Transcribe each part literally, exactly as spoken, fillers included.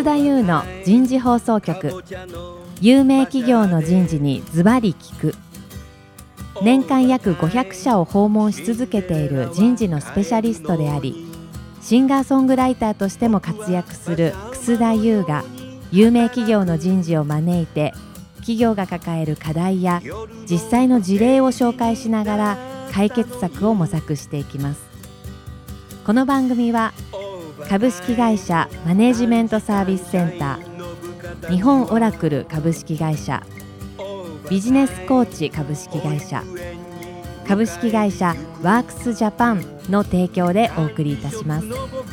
楠田優の人事放送局。有名企業の人事にズバリ聞く。年間約ごひゃくしゃを訪問し続けている人事のスペシャリストであり、シンガーソングライターとしても活躍する楠田優が有名企業の人事を招いて、企業が抱える課題や実際の事例を紹介しながら解決策を模索していきます。この番組は株式会社マネジメントサービスセンター、日本オラクル株式会社、ビジネスコーチ株式会社、株式会社ワークスジャパンの提供でお送りいたします。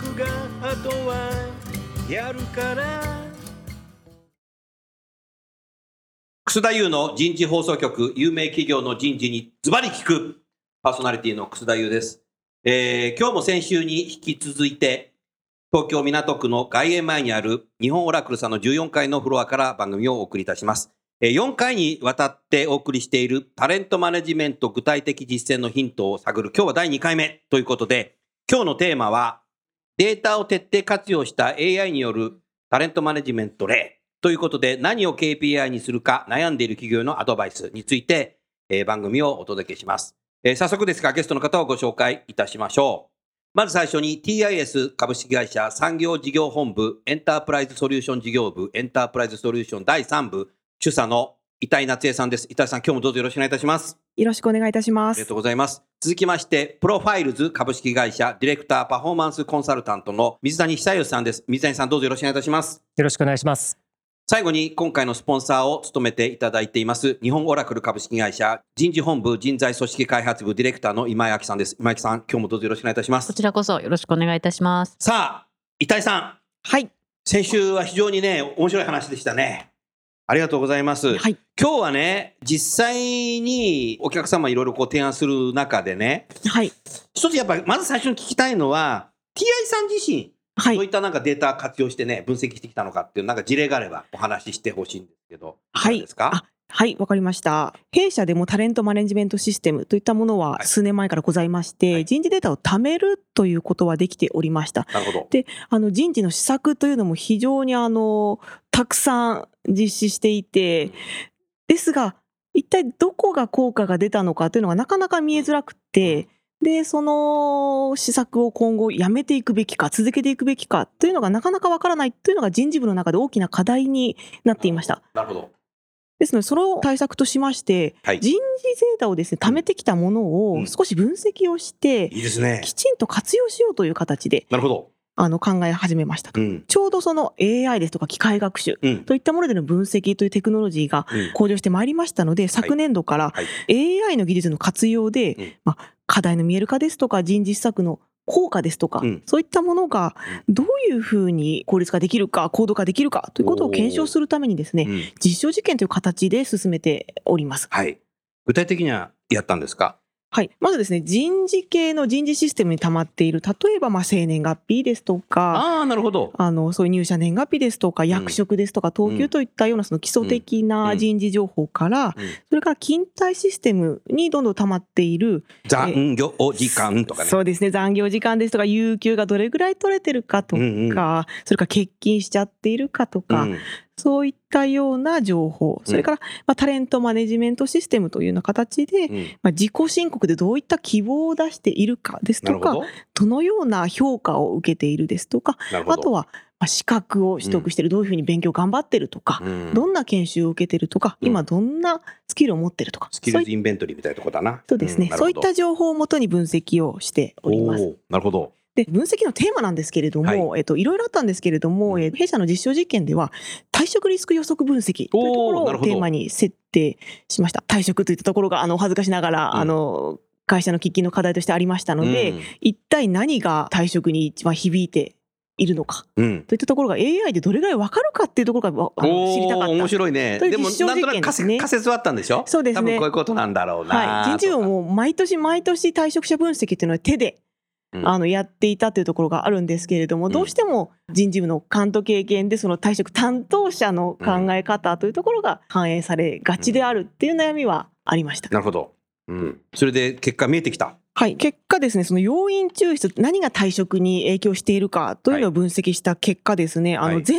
楠田優の人事放送局、有名企業の人事にズバリ聞く。パーソナリティの楠田優です。えー、今日も先週に引き続いて、東京港区の外苑前にある日本オラクルさんのじゅうよんかいのフロアから番組をお送りいたします。えー、よんかいにわたってお送りしているタレントマネジメント具体的実践のヒントを探る、今日はだいにかいめということで、今日のテーマはデータを徹底活用した エーアイ によるタレントマネジメント例ということで、何を ケーピーアイ にするか悩んでいる企業のアドバイスについて、えー、番組をお届けします。えー、早速ですがゲストの方をご紹介いたしましょう。まず最初に ティーアイエス 株式会社産業事業本部エンタープライズソリューション事業部エンタープライズソリューションだいさん部主査の板井夏恵さんです。板井さん、今日もどうぞよろしくお願いいたします。 よろしくお願いいたします。 ありがとうございます。続きましてプロファイルズ株式会社ディレクターパフォーマンスコンサルタントの水谷久義さんです。水谷さん、どうぞよろしくお願いいたします。 よろしくお願いします。 最後に今回のスポンサーを務めていただいています日本オラクル株式会社人事本部人材組織開発部ディレクターの今井明さんです。今井さん、今日もどうぞよろしくお願いいたします。 こちらこそよろしくお願いいたします。 さあ、板井さん。 はい。 先週は非常にね、面白い話でしたね。ありがとうございます。 はい。今日はね、実際にお客様いろいろこう提案する中でね、 はい。 一つやっぱりまず最初に聞きたいのは ティーアイ さん自身、はい、どういったなんかデータ活用してね分析してきたのかっていうなんか事例があればお話ししてほしいんですけど、 はい、 いかがですか？ あ、はい、わかりました。弊社でもタレントマネジメントシステムといったものは数年前からございまして、はい、人事データを貯めるということはできておりました。 なるほど。 で、あの人事の施策というのも非常にあのたくさん実施していて、うん、ですが一体どこが効果が出たのかというのがなかなか見えづらくて、でその施策を今後やめていくべきか続けていくべきかというのがなかなかわからないというのが人事部の中で大きな課題になっていました。 なるほど。 ですのでその対策としまして、はい、人事データをですね貯めてきたものを少し分析をして、うん、いいですね、きちんと活用しようという形でなるほどあの考え始めましたと、うん、ちょうどその エーアイ ですとか機械学習といったものでの分析というテクノロジーが向上してまいりましたので、うん、昨年度から エーアイ の技術の活用で、はい、まあ、課題の見える化ですとか人事施策の効果ですとか、うん、そういったものがどういうふうに効率化できるか高度化できるかということを検証するためにですね、うん、実証実験という形で進めております。 はい、具体的にはやったんですか？ はい、まずですね、人事系の人事システムに溜まっている、例えばまあ生年月日ですとか、 あ、なるほど、 あのそういう入社年月日ですとか、役職ですとか等級といったようなその基礎的な人事情報から、うんうん、それから勤怠システムにどんどん溜まっている残業時間とかね、 そうですね、残業時間ですとか有給がどれぐらい取れてるかとか、うんうん、それから欠勤しちゃっているかとか、うん、そういったような情報、それから、まあ、タレントマネジメントシステムというような形で、うん、まあ、自己申告でどういった希望を出しているかですとか、ど, どのような評価を受けているですとか、あとは、まあ、資格を取得している、うん、どういうふうに勉強頑張っているとか、うん、どんな研修を受けているとか、うん、今どんなスキルを持っているとか、 スキルズインベントリーみたいなところだな。 そうですね、うん、そういった情報をもとに分析をしております。 なるほど。 で分析のテーマなんですけれども、はい、えっと、いろいろあったんですけれども、うん、弊社の実証実験では退職リスク予測分析というところをテーマに設定しました。退職といったところがあのお恥ずかしながら、うん、あの会社の喫緊の課題としてありましたので、うん、一体何が退職に一番響いているのか、うん、といったところが エーアイ でどれぐらい分かるかっていうところがあの知りたかった。 面白いね。でもなんとなく仮説はあったんでしょ？ そうですね。 多分こういうことなんだろうな、 はい、人事部も毎年毎年退職者分析っていうのは手でうん、あのやっていたというところがあるんですけれども、どうしても人事部の監督経験でその退職担当者の考え方というところが反映されがちであるっていう悩みはありました。 なるほど、うん、それで結果見えてきた。 はい、結果ですね、その要因抽出、何が退職に影響しているかというのを分析した結果ですね、はい、あの全体と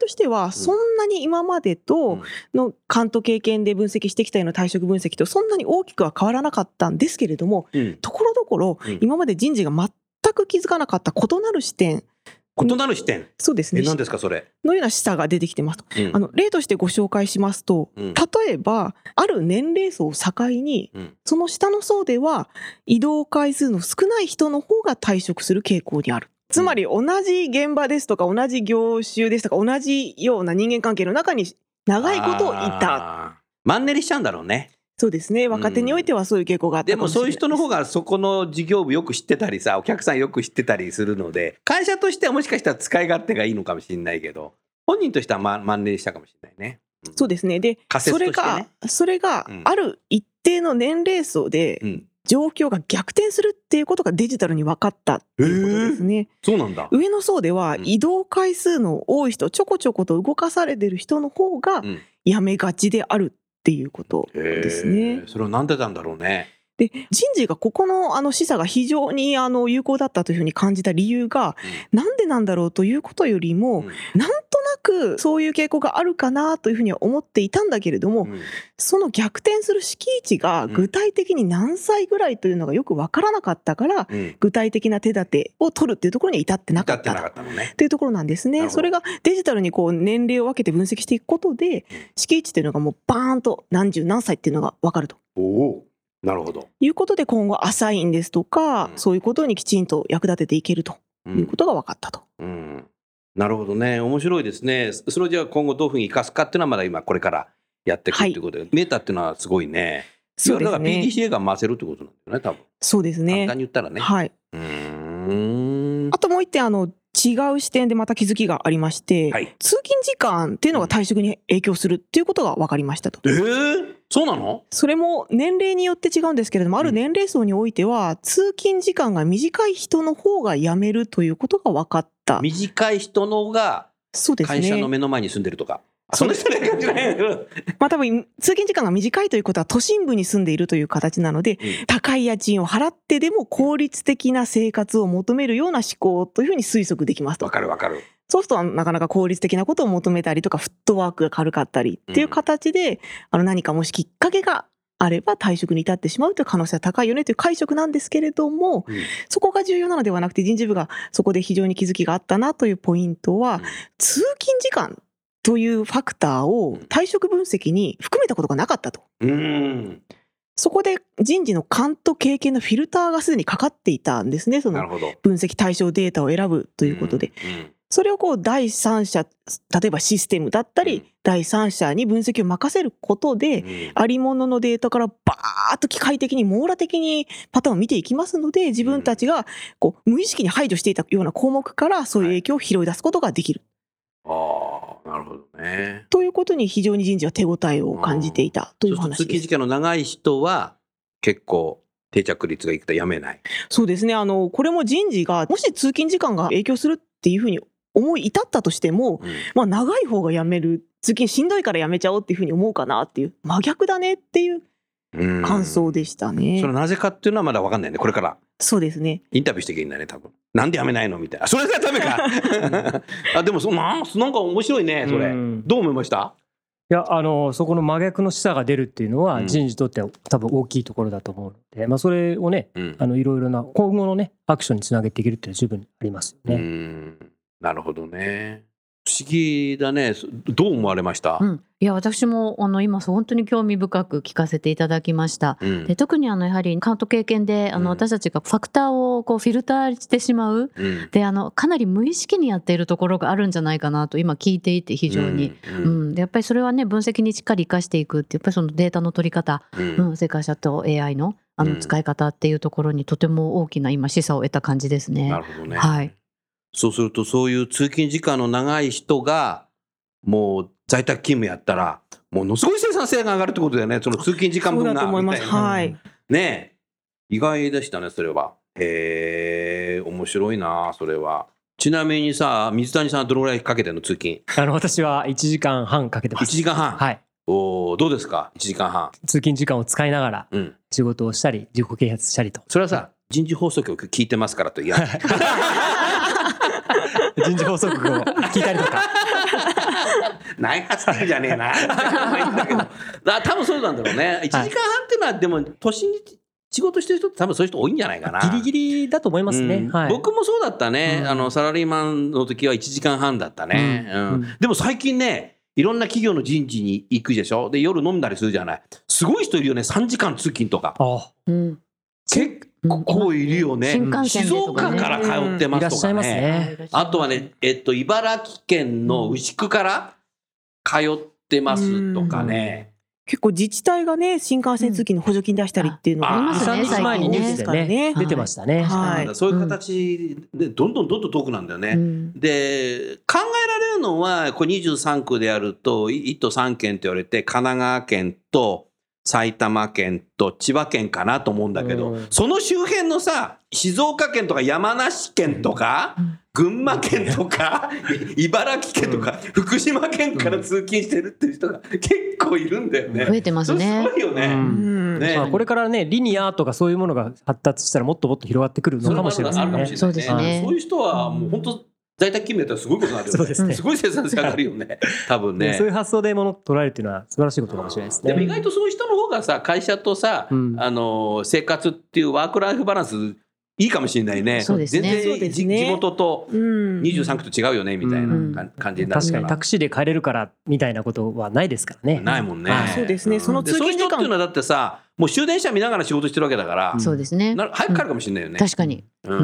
としてはそんなに今までとの勘と経験で分析してきたような退職分析とそんなに大きくは変わらなかったんですけれども、うん、ところどころ今まで人事が全く気づかなかった異なる視点、 異なる視点、 そうですね、 え、何ですかそれのような示唆が出てきてますと、うん、あの例としてご紹介しますと、うん、例えばある年齢層を境に、うん、その下の層では移動回数の少ない人の方が退職する傾向にある。つまり同じ現場ですとか同じ業種ですとか同じような人間関係の中に長いことをいた。 マンネリしちゃうんだろうね。 そうですね、若手においてはそういう傾向があったかもしれないです。 でもそういう人の方がそこの事業部よく知ってたりさ、お客さんよく知ってたりするので、会社としてはもしかしたら使い勝手がいいのかもしれないけど、本人としてはマンネリしたかもしれないね、 うん、そうですね。で、 仮説としてね、 それがそれがある一定の年齢層で、うん、状況が逆転するっていうことがデジタルに分かったっていうことですね。 そうなんだ。 上の層では移動回数の多い人、ちょこちょこと動かされてる人の方が辞めがちであるっていうことですね。 それはなんでなんだろうね。 で、人事がここのあの示唆が非常にあの有効だったというふうに感じた理由が、うん、なんでなんだろうということよりも、うん、なんとなくそういう傾向があるかなというふうには思っていたんだけれども、うん、その逆転する敷地が具体的に何歳ぐらいというのがよく分からなかったから、うん、具体的な手立てを取るっていうところには至ってなかったと、ね、というところなんですね。それがデジタルにこう年齢を分けて分析していくことで、敷地というのがもうバーンと何十何歳っていうのが分かると。 おお、なるほど。 いうことで今後アサインですとか、うん、そういうことにきちんと役立てていけるということが分かったと、 うんうん、なるほどね。面白いですね。それをじゃあ今後どういうふうに生かすかっていうのはまだ今これからやっていくっていうことで、はい、メータっていうのはすごいね。そうですね。だから ピーディーシーエー が回せるってことなんだよね、多分。 そうですね。 簡単に言ったらね。 はい。 うーん。あともう一点、あの違う視点でまた気づきがありまして、はい、通勤時間っていうのが退職に影響するっていうことが分かりましたと。 えー、そうなの？ それも年齢によって違うんですけれども、ある年齢層においては、うん、通勤時間が短い人の方が辞めるということが分かった。 短い人の方が会社の目の前に住んでるとか。そんな人ない感じないまあ多分通勤時間が短いということは都心部に住んでいるという形なので、うん、高い家賃を払ってでも効率的な生活を求めるような思考というふうに推測できますと。 わかるわかる。 そうするとなかなか効率的なことを求めたりとか、フットワークが軽かったりっていう形で、うん、あの何かもしきっかけがあれば退職に至ってしまうという可能性は高いよねという解釈なんですけれども、うん、そこが重要なのではなくて、人事部がそこで非常に気づきがあったなというポイントは、うん、通勤時間というファクターを退職分析に含めたことがなかったと。 うん、 そこで人事の勘と経験のフィルターがすでにかかっていたんですね。その分析対象データを選ぶということで、うんうん、それをこう第三者、例えばシステムだったり、うん、第三者に分析を任せることで、うん、ありもののデータからバーッと機械的に網羅的にパターンを見ていきますので、自分たちがこう無意識に排除していたような項目からそういう影響を拾い出すことができる。 はい、ああ、なるほどね。 ということに非常に人事は手応えを感じていたという話です。 通勤時間の長い人は結構定着率がいくとやめない。 そうですね。あのこれも人事がもし通勤時間が影響するっていうふうに思い至ったとしても、うん、まあ長い方がやめる、通勤しんどいからやめちゃおうっていうふうに思うかなっていう、真逆だねっていう感想でしたね。 それなぜかっていうのはまだ分かんないね、これから。 そうですね。 インタビューしていけばいいんだね、多分。なんでやめないのみたいな。それじゃダメか。あ、でもそな、なんか面白いね、それ。どう思いました？ いや、あのそこの真逆の示唆が出るっていうのは、うん、人事にとっては多分大きいところだと思うので、まあ、それをね、うん、あのいろいろな今後のねアクションにつなげていけるっていうのは十分にありますよね。 うん、なるほどね。不思議だね。どう思われました？ うん、いや私もあの今本当に興味深く聞かせていただきました、うん、で特にあのやはりカウント経験であの私たちがファクターをこうフィルターしてしまう、うん、であのかなり無意識にやっているところがあるんじゃないかなと今聞いていて非常に、うんうん、でやっぱりそれはね分析にしっかり生かしていくってやっぱりそのデータの取り方、うんうん、それからチャット エーアイ の, あの使い方っていうところにとても大きな今示唆を得た感じですね。 なるほどね、 はい、 そうするとそういう通勤時間の長い人がもう在宅勤務やったらものすごい生産性が上がるってことだよね。その通勤時間分がそうだと思います。はい。 ねえ、意外でしたねそれは。へえ、面白いなそれは。ちなみにさ、水谷さんはどのぐらいかけてんの通勤？ あの私はいちじかんはんかけてます。 いちじかんはん。 はい。 お、どうですかいちじかんはん。 通勤時間を使いながら仕事をしたり、うん、自己啓発したりと。 それはさ、人事放送局聞いてますからと言わない。 人事放送局を聞いたりとか内発的じゃねえな。だ多分そうなんだろうね。いちじかんはんっていうのはでも都心に仕事してる人って多分そういう人多いんじゃないかな。 ギリギリだと思いますね、 うんはい、 僕もそうだったね、うん、あのサラリーマンの時はいちじかんはんだったね、うんうん、でも最近ねいろんな企業の人事に行くでしょ。で夜飲んだりするじゃない。すごい人いるよね。さんじかん通勤とか。 あ、 うん、 結構いるよね。 新幹線でとかね、 静岡から通ってますとかね。 ねあとはね、えっと、茨城県の牛久から通ってますとかね。 結構自治体がね新幹線通勤の補助金出したりっていうのが、 うん、ありますね。 にさんにちまえにニュースでね、出てましたね、 はいはい、 そういう形でどんどんどんどん遠くなんだよね、うん、で考えられるのはこれにじゅうさんくであるといっ都さん県と言われて神奈川県と埼玉県と千葉県かなと思うんだけど、うん、その周辺のさ静岡県とか山梨県とか、うん、群馬県とか茨城県とか、うん、福島県から通勤してるっていう人が結構いるんだよね。 増えてますね。 すごいよね、うんね、まあ、これからねリニアとかそういうものが発達したらもっともっと広がってくるのかもしれませんね。 そうですね。 そういう人はもう本当在宅勤務やったらすごいことになるよね。 そうですね。 すごい生産性上がるよね。多分ね。 そういう発想でもの捉えるっていうのは素晴らしいことかもしれないですね。 でも意外とそういう人の方がさ会社とさ、うん、あの生活っていうワークライフバランスいいかもしれないね。 そうですね。 全然地元とにじゅうさんくと違うよねみたいな感じになるから、 確かにタクシーで帰れるからみたいなことはないですからね。 ないもんね。 そうですね。その通勤時間、 そういう人っていうのはだってさもう終電車見ながら仕事してるわけだから、 そうですね。 早く帰るかもしれないよね。 確かに。 うん。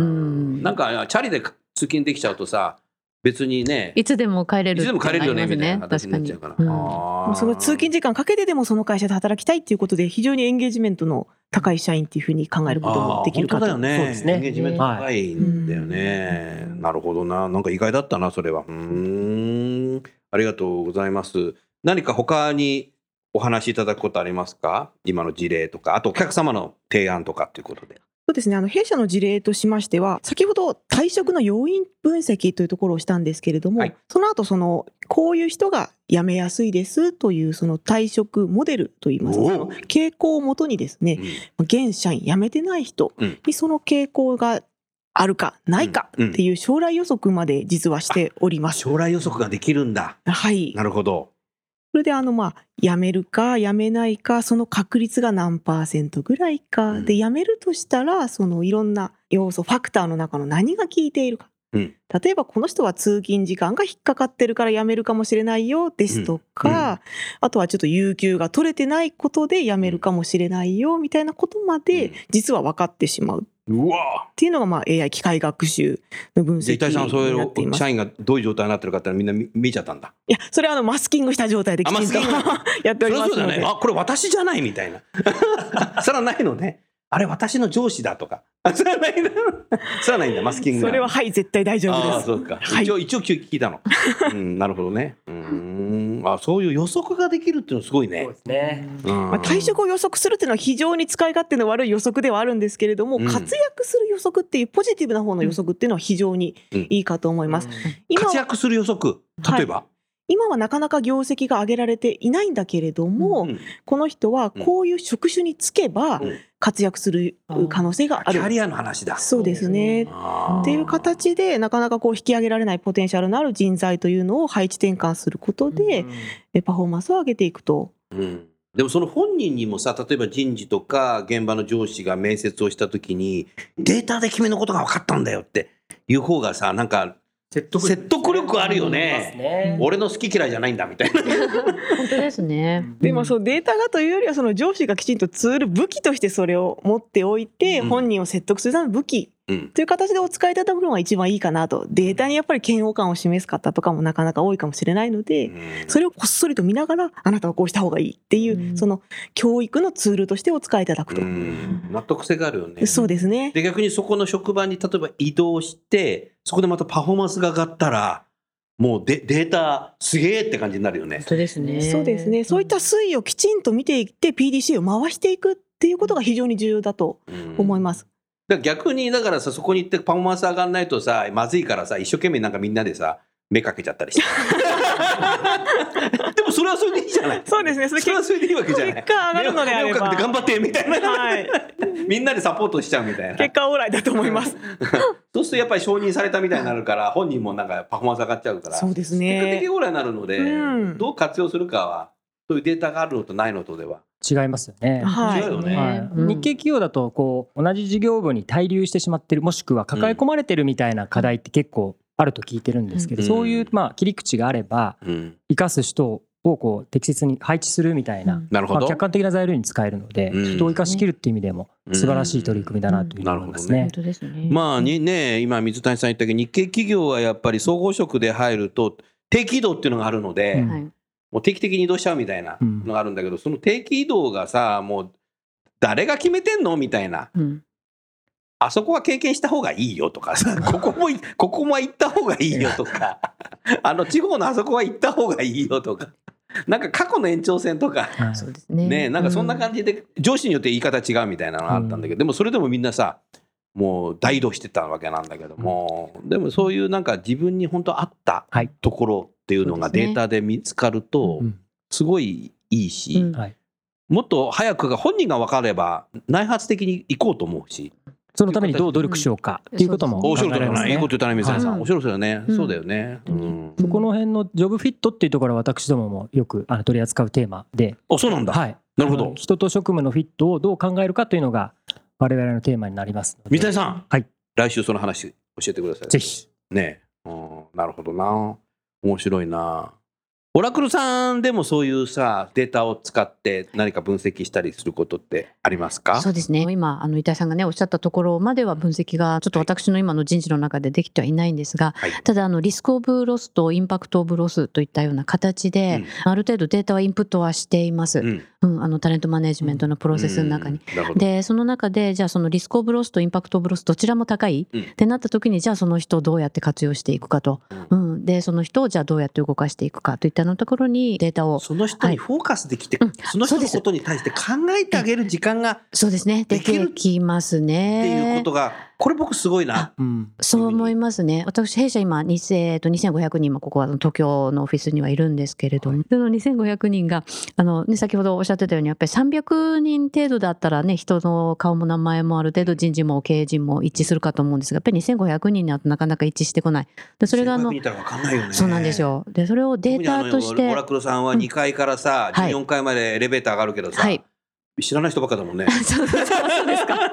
なんかチャリで通勤できちゃうとさ別にねいつでも帰れるいつでも帰れるよねみたいな形になっちゃうから、うん、 あその通勤時間かけてでもその会社で働きたいっていうことで非常にエンゲージメントの高い社員っていうふうに考えることもできるかと。 本当だよね。 そうですね。 エンゲージメント高いんだよね、うん、なるほどな。なんか意外だったなそれは。うーんありがとうございます。何か他にお話しいただくことありますか。今の事例とかあとお客様の提案とかっていうことで。 そうですね、あの弊社の事例としましては先ほど退職の要因分析というところをしたんですけれども、はい、その後そのこういう人が辞めやすいですというその退職モデルといいますかその傾向をもとにですね、うん、現社員辞めてない人にその傾向があるかないかっていう将来予測まで実はしております。 将来予測ができるんだ。 はい。 なるほど。 それであのまあ辞めるか辞めないかその確率が何パーセントぐらいか、うん、で辞めるとしたらそのいろんな要素ファクターの中の何が効いているか、うん、例えばこの人は通勤時間が引っかかってるから辞めるかもしれないよですとか、うんうん、あとはちょっと有給が取れてないことで辞めるかもしれないよみたいなことまで実は分かってしまう。 うわっていうのがまあ エーアイ 機械学習の分析になっています。 伊藤さんそういう社員がどういう状態になってるかってみんな見見ちゃったんだ。 いやそれはあのマスキングした状態できちんとやっておりますので。それはそうだね。 あこれ私じゃないみたいなそれはないのね。あれ私の上司だとかそれはないんだそれはないんだマスキング。 それははい絶対大丈夫です。 あそうか、 はい、 一応一応聞いたの、うん、なるほどね。うーんあそういう予測ができるっていうのすごいね。 そうですね、 うんまあ、退職を予測するっていうのは非常に使い勝手の悪い予測ではあるんですけれども、うん、活躍する予測っていうポジティブな方の予測っていうのは非常にいいかと思います、うんうん、 今活躍する予測例えば、はい今はなかなか業績が上げられていないんだけれども、うん、この人はこういう職種に就けば活躍する可能性がある、 キャリアの話だ。 そうですねっていう形でなかなかこう引き上げられないポテンシャルのある人材というのを配置転換することで、うん、パフォーマンスを上げていくと、 うん、でもその本人にもさ例えば人事とか現場の上司が面接をした時にデータで君のことが分かったんだよっていう方がさなんか説得力、説得力あるよね、ね俺の好き嫌いじゃないんだみたいな本当ですね。 でもそうデータがというよりはその上司がきちんとツール武器としてそれを持っておいて、うん、本人を説得するための武器という形でお使いいただくのが一番いいかなと。データにやっぱり嫌悪感を示す方とかもなかなか多いかもしれないので、それをこっそりと見ながらあなたはこうした方がいいっていうその教育のツールとしてお使いいただくと。 納得性があるよね。 そうですね。 で逆にそこの職場に例えば移動してそこでまたパフォーマンスが上がったらもうデデータすげえって感じになるよね。 そうですね。 そうですね。そういった推移をきちんと見ていって ピーディーシー を回していくっていうことが非常に重要だと思います。 だから逆にだからさそこに行ってパフォーマンス上がんないとさまずいからさ一生懸命なんかみんなでさ目かけちゃったりしてでももそれはそれでいいじゃない。 そうですね。 それはそれでいいわけじゃない。 結果上がるのであれば、 目をかけて頑張ってみたいな、 はい、 みんなでサポートしちゃうみたいな。 結果オーライだと思います。 そうするとやっぱり承認されたみたいになるから本人もなんかパフォーマンス上がっちゃうから。 そうですね。 結果的にオーライになるので、うん、どう活用するかはそういうデータがあるのとないのとでは違いますよね。 はい、 違うよね、 はいうん、日系企業だとこう同じ事業部に滞留してしまってる、もしくは抱え込まれてるみたいな課題って結構あると聞いてるんですけど、うん、そういうまあ切り口があれば、うん、生かす人をこう適切に配置するみたいな、うんまあ、客観的な材料に使えるので、うん、人を生かしきるっていう意味でも素晴らしい取り組みだなというふうに思いますね。 まあにね、今水谷さん言ったけど日系企業はやっぱり総合職で入ると定期移動っていうのがあるので、うんもう定期的に移動しちゃうみたいなのがあるんだけど、うん、その定期移動がさもう誰が決めてんのみたいな、うん、あそこは経験した方がいいよとかさここもここも行った方がいいよとかあの地方のあそこは行った方がいいよとかなんか過去の延長線とか、 そうですね、 ねなんかそんな感じで上司によって言い方違うみたいなのがあったんだけど、うん、でもそれでもみんなさもう大移動してたわけなんだけども、でもそういうなんか自分に本当合ったところっていうのがデータで見つかるとすごいいいし、うんはい、もっと早くが本人が分かれば内発的に行こうと思うし、 そのためにどう努力しようかっていうことも考えられますね。 いいこと言ったね、水谷さん。面白そうだよね。そうだよね。 そこの辺のジョブフィットっていうところは私どももよくあの取り扱うテーマで。 あ、そうなんだ。 はい。 なるほど。 人と職務のフィットをどう考えるかというのが我々のテーマになりますので。 水谷さん。 はい。 来週その話教えてください。 ぜひ。 ねえ。うん、なるほどな。面白いな。オラクルさんでもそういうさデータを使って何か分析したりすることってありますか？ そうですね、今あの伊田さんがねおっしゃったところまでは分析がちょっと私の今の人事の中でできてはいないんですが、はい、ただあのリスクオブロスとインパクトオブロスといったような形で、うん、ある程度データはインプットはしています、うんうん、あのタレントマネジメントのプロセスの中に、うん、でその中でじゃあそのリスクオブロスとインパクトオブロスどちらも高い、うん、ってなった時にじゃあその人をどうやって活用していくかと、うんうん、でその人をじゃあどうやって動かしていくかといったのところにデータをその人にフォーカスできて、はい、その人のことに対して考えてあげる時間がそうですね、出てきますねっていうことがこれ僕すごいな、 うん、そう思いますね。私弊社今にせんごひゃくにんもここは東京のオフィスにはいるんですけれども、はい、そのにせんごひゃくにんがあの、ね、先ほどおっしゃってたようにやっぱりさんびゃくにん程度だったらね人の顔も名前もある程度人事も経営陣も一致するかと思うんですがやっぱりにせんごひゃくにんになるとなかなか一致してこない。でそれがあのそうなんですよ。でそれをデータとしてオラクルさんはにかいからさ、うん、じゅうよんかいまでエレベーター上がるけどさ、はい、知らない人ばっかだもんねそうそうそうですか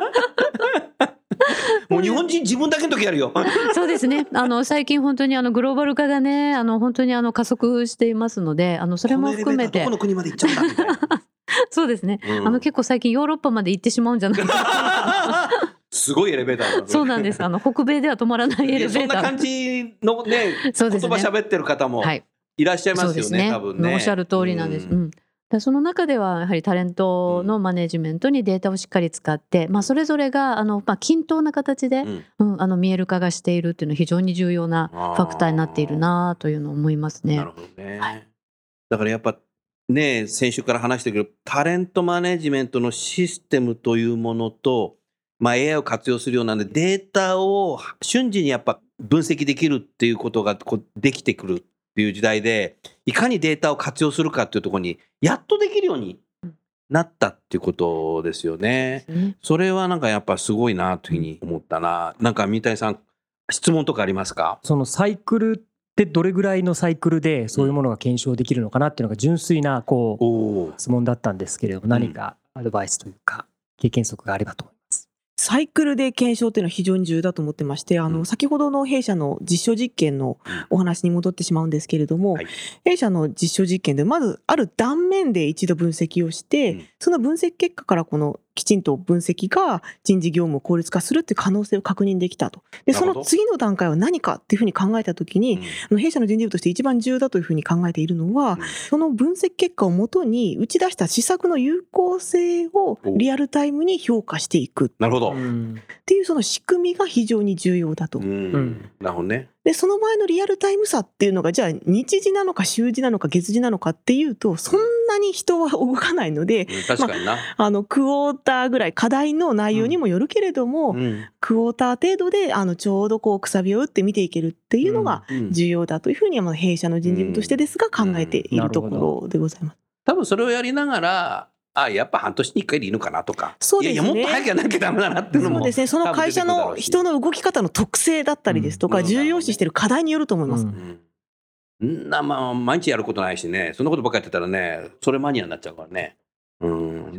もう日本人自分だけの時やるよそうですね、あの最近本当にあのグローバル化がねあの本当にあの加速していますのであのそれも含めてどこの国まで行っちゃうんだみたいなそうですね、うん、あの結構最近ヨーロッパまで行ってしまうんじゃないかなすごいエレベーターだそうなんです。あの北米では止まらないエレベーター。 そんな感じのね、言葉喋ってる方もいらっしゃいますよね、はい、ね多分ね。 おっしゃる通りなんです。うんうんだその中ではやはりタレントのマネジメントにデータをしっかり使って、まあ、それぞれがあの、まあ、均等な形で、うんうん、あの見える化がしているっていうのは非常に重要なファクターになっているなというのを思いますね。 なるほどね、はい、だからやっぱね先週から話してるけどタレントマネジメントのシステムというものと、まあ、エーアイ を活用するようなんでデータを瞬時にやっぱ分析できるっていうことがこうできてくるっていう時代でいかにデータを活用するかっていうところにやっとできるようになったっていうことですよね。うん、それはなんかやっぱすごいなというふうに思ったな。なんか三谷さん質問とかありますか？ そのサイクルってどれぐらいのサイクルでそういうものが検証できるのかなっていうのが純粋なこう質問だったんですけれども、何かアドバイスというか経験則があればと思います。 サイクルで検証というのは非常に重要だと思ってまして、あの先ほどの弊社の実証実験のお話に戻ってしまうんですけれども、はい、弊社の実証実験でまずある断面で一度分析をして、うん、その分析結果からこのきちんと分析が人事業務を効率化するっていう可能性を確認できたと。でその次の段階は何かっていうふうに考えたときに、うん、あの弊社の人事部として一番重要だというふうに考えているのは、うん、その分析結果をもとに打ち出した施策の有効性をリアルタイムに評価していく。 なるほど。 っていうその仕組みが非常に重要だと。うん、 なるほどね。 でその場合のリアルタイム差っていうのがじゃあ日時なのか週時なのか月次なのかっていうとそんなに人は動かないので、 うん、確かにな、 まあ、あのクォーターぐらい課題の内容にもよるけれども、 うん、 クォーター程度であのちょうどこうくさびを打って見ていけるっていうのが重要だというふうには弊社の人事部としてですが考えているところでございます。 多分それをやりながら、あ、やっぱ半年にいっかいでいいのかなとか、 そうですね、 いやいやもっと早くやらなきゃダメだなっていうのも、 そうですね、その会社の人の動き方の特性だったりですとか、 うん、 重要視している課題によると思います。 うんうん、なまあ、毎日やることないしね、そんなことばっかりやってたらね、それマニアになっちゃうからね。うん、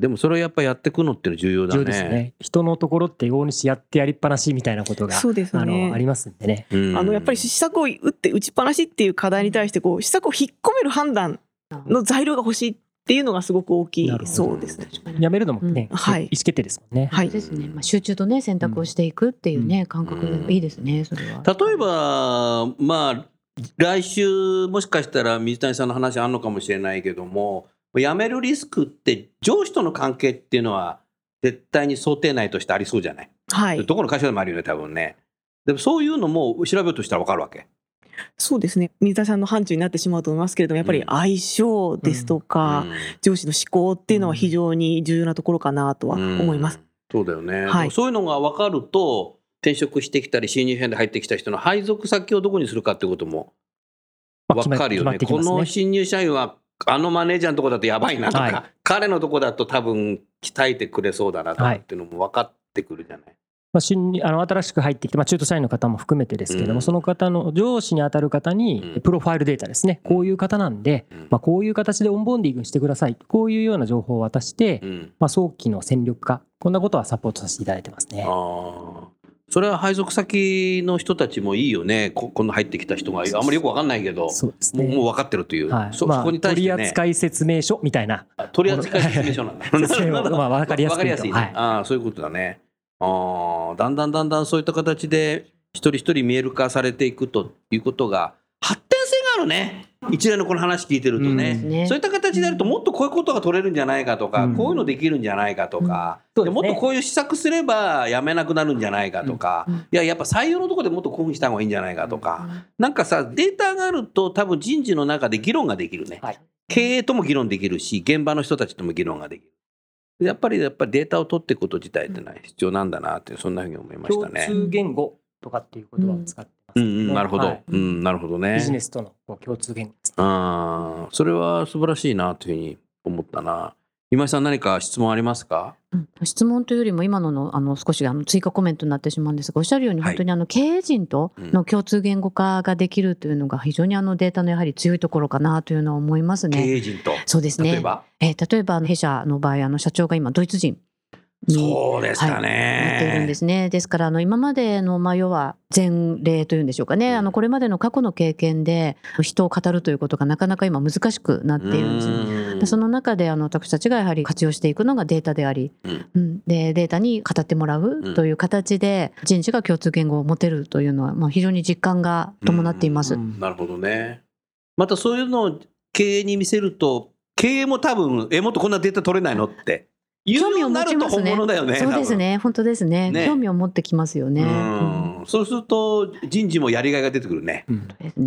でもそれをやっぱりやっていくのって重要だね。 重要ですね。人のところって大西やってやりっぱなしみたいなことが、 そうですね、 あのありますんでね。 うん、 あのやっぱり施策を打って打ちっぱなしっていう課題に対してこう施策を引っ込める判断の材料が欲しいっていうのがすごく大きいそうですね。 やめるのもね、 うん、はい、 意思決定ですもんね。 はい、 ですね。まあ、集中とね選択をしていくっていうね、うん、感覚でいいですね。それは例えばまあ来週もしかしたら水谷さんの話あるのかもしれないけども、辞めるリスクって上司との関係っていうのは絶対に想定内としてありそうじゃない、 はい、 どこの会社でもあるよね多分ね。でもそういうのも調べようとしたら分かるわけ。 そうですね、水谷さんの範疇になってしまうと思いますけれども、やっぱり相性ですとか、うん、上司の思考っていうのは非常に重要なところかなとは思います。 うん、そうだよね、 はい、 そういうのが分かると転職してきたり新入社員で入ってきた人の配属先をどこにするかっていうことも分かるよね。 まあ、 この新入社員はあのマネージャーのとこだとやばいなとか、はい、彼のとこだと多分鍛えてくれそうだなとかっていうのも分かってくるじゃない。はい、 まあ、新あの新しく入ってきて、まあ、中途社員の方も含めてですけれども、うん、その方の上司に当たる方にプロファイルデータですね、うん、こういう方なんで、うん、まあ、こういう形でオンボンディングしてください、こういうような情報を渡して、うん、まあ、早期の戦力化、こんなことはサポートさせていただいてますね。 あ、それは配属先の人たちもいいよね。 こ, この入ってきた人があんまりよく分かんないけど、そうですね、もう、もう分かってるという、 はい、 そ, まあ、 そこに対してね、 取扱説明書みたいな、 取扱説明書なんだ説明をまあ分かりやすく言うと、 分かりやすいね、はい、あ、そういうことだね。あ、だんだんだんだんそういった形で一人一人見える化されていくということが発展性があるね。一連のこの話聞いてるとね、うん、そういった形でやるともっとこういうことが取れるんじゃないかとか、うん、こういうのできるんじゃないかとか、うん、でもっとこういう施策すればやめなくなるんじゃないかとか、うん、いややっぱ採用のところでもっとこういうふうにした方がいいんじゃないかとか、うん、なんかさデータがあると多分人事の中で議論ができるね、はい、経営とも議論できるし現場の人たちとも議論ができる。やっぱりやっぱりデータを取っていくこと自体ってのは必要なんだなってそんなふうに思いましたね。 共通言語とかっていう言葉を使ってます、ね、 うんうん、なるほど、はい、うん、なるほどね。 ビジネスとの共通言語ですね。 あ、それは素晴らしいなというふうに思ったな。今井さん何か質問ありますか？ うん、質問というよりも今の の, あの少しあの追加コメントになってしまうんですが、おっしゃるように本当にあの経営陣との共通言語化ができるというのが非常にあのデータのやはり強いところかなというのは思いますね。 経営陣と、 そうですね、 例えば、 えー、例えばあの弊社の場合あの社長が今ドイツ人にそうでしたね、 はい、なっているんですね。ですからあの今までの、まあ、要は前例というんでしょうかね、あのこれまでの過去の経験で人を語るということがなかなか今難しくなっているんですね。でその中であの私たちがやはり活用していくのがデータであり、うんうん、でデータに語ってもらうという形で人事が共通言語を持てるというのは、まあ、非常に実感が伴っています。 うんうん、なるほどね。またそういうのを経営に見せると経営も多分えもっとこんなデータ取れないのって興味を持ちますね。そうですね、本当ですね。 ね、 興味を持ってきますよね。 うん、そうすると人事もやりがいが出てくるね。うん、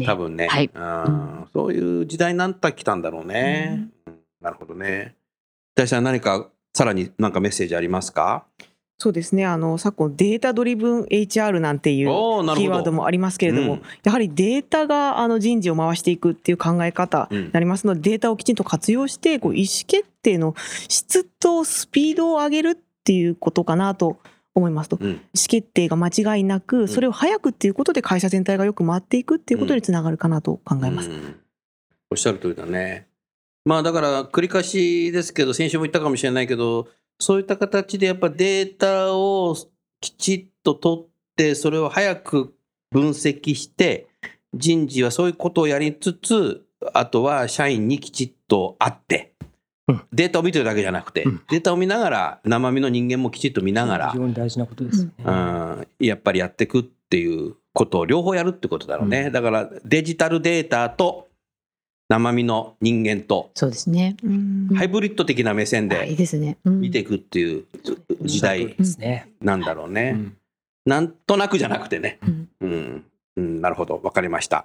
多分ね、 はい、 うん、そういう時代になってきたんだろうね。うん、なるほどね。大さん何かさらに何かメッセージありますか？ そうですね、あの昨今データドリブン エイチアール なんていうキーワードもありますけれども、うん、やはりデータがあの人事を回していくっていう考え方になりますので、うん、データをきちんと活用してこう意思決定の質とスピードを上げるっていうことかなと思いますと、うん、意思決定が間違いなくそれを早くっていうことで会社全体がよく回っていくっていうことにつながるかなと考えます。うんうん、 おっしゃる通りだね。まあだから繰り返しですけど先週も言ったかもしれないけどそういった形でやっぱデータをきちっと取ってそれを早く分析して人事はそういうことをやりつつあとは社員にきちっと会ってデータを見てるだけじゃなくてデータを見ながら生身の人間もきちっと見ながら非常に大事なことですね。 うん、やっぱりやっていくっていうことを両方やるってことだろうね。だからデジタルデータと生身の人間とそうですね、 ハイブリッド的な目線で見ていくっていう時代なんだろうね。なんとなくじゃなくてね、うんうん、なるほど、分かりました。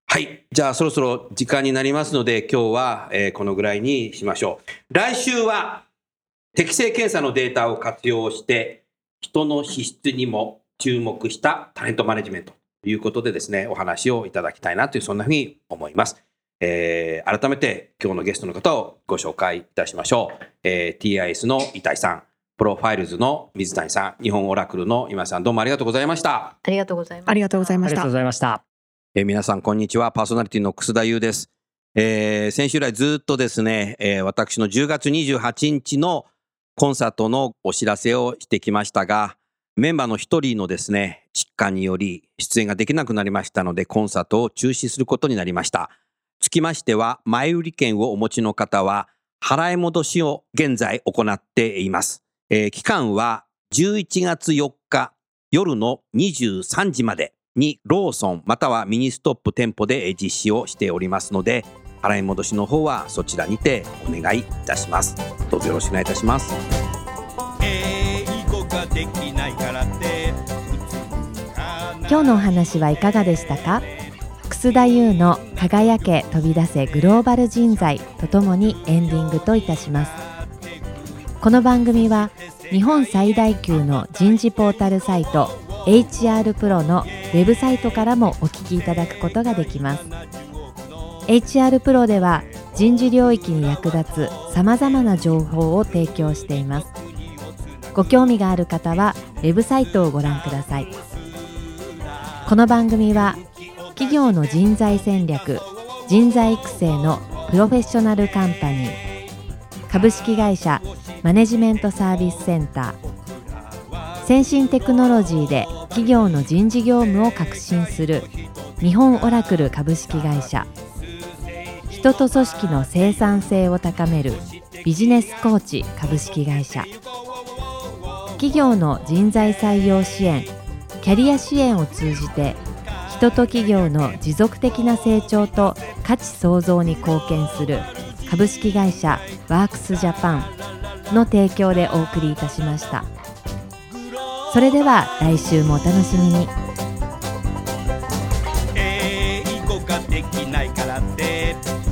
はい。じゃあそろそろ時間になりますので、今日は、えー、このぐらいにしましょう。来週は適性検査のデータを活用して人の資質にも注目したタレントマネジメントということでですね、お話をいただきたいなという、そんなふうに思います。えー、改めて今日のゲストの方をご紹介いたしましょう。えー、ティーアイエス の伊井さん、プロファイルズの水谷さん、日本オラクルの今井さん、どうもありがとうございました。 ありがとうございました。 ありがとうございました。 ありがとうございました。 えー、皆さんこんにちは。パーソナリティの楠田優です。えー、先週来ずっとですね、えー、私のじゅうがつにじゅうはちにちのコンサートのお知らせをしてきましたが、メンバーの一人のですね、疾患により出演ができなくなりましたので、コンサートを中止することになりました。つきましては、前売り券をお持ちの方は、払い戻しを現在行っています。えー、期間はじゅういちがつよっか夜のにじゅうさんじまでにローソンまたはミニストップ店舗で実施をしておりますので、払い戻しの方はそちらにてお願いいたします。どうぞよろしくお願いいたします。 今日のお話はいかがでしたか？楠田優の輝け飛び出せグローバル人材とともにエンディングといたします。この番組は日本最大級の人事ポータルサイト エイチアール プロのウェブサイトからもお聞きいただくことができます。 エイチアール プロでは人事領域に役立つさまざまな情報を提供しています。ご興味がある方はウェブサイトをご覧ください。この番組は企業の人材戦略、人材育成のプロフェッショナルカンパニー、株式会社マネジメントサービスセンター、先進テクノロジーで企業の人事業務を革新する日本オラクル株式会社、人と組織の生産性を高めるビジネスコーチ株式会社、企業の人材採用支援、キャリア支援を通じて人と企業の持続的な成長と価値創造に貢献する株式会社ワークスジャパンの提供でお送りいたしました。それでは来週もお楽しみに。 英語ができないからって